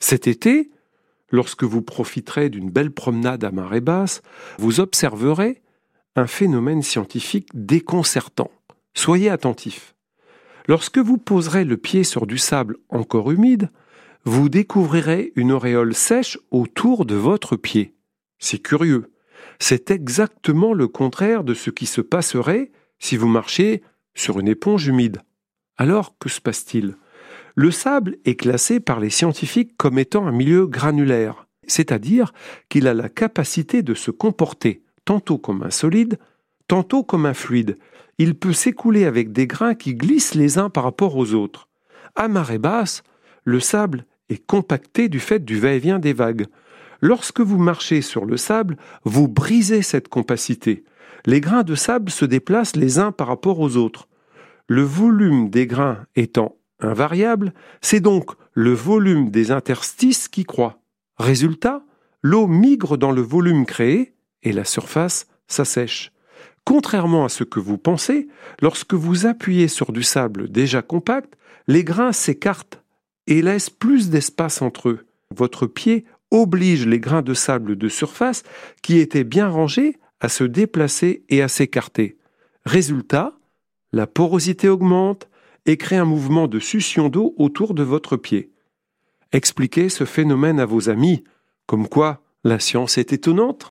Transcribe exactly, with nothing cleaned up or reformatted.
Cet été, lorsque vous profiterez d'une belle promenade à marée basse, vous observerez un phénomène scientifique déconcertant. Soyez attentifs. Lorsque vous poserez le pied sur du sable encore humide, vous découvrirez une auréole sèche autour de votre pied. C'est curieux. C'est exactement le contraire de ce qui se passerait si vous marchiez sur une éponge humide. Alors, que se passe-t-il ? Le sable est classé par les scientifiques comme étant un milieu granulaire, c'est-à-dire qu'il a la capacité de se comporter tantôt comme un solide, tantôt comme un fluide. Il peut s'écouler avec des grains qui glissent les uns par rapport aux autres. À marée basse, le sable est compacté du fait du va-et-vient des vagues. Lorsque vous marchez sur le sable, vous brisez cette compacité. Les grains de sable se déplacent les uns par rapport aux autres. Le volume des grains étant invariable, c'est donc le volume des interstices qui croît. Résultat, l'eau migre dans le volume créé et la surface s'assèche. Contrairement à ce que vous pensez, lorsque vous appuyez sur du sable déjà compact, les grains s'écartent et laissent plus d'espace entre eux. Votre pied oblige les grains de sable de surface qui étaient bien rangés à se déplacer et à s'écarter. Résultat, la porosité augmente et crée un mouvement de succion d'eau autour de votre pied. Expliquez ce phénomène à vos amis, comme quoi la science est étonnante.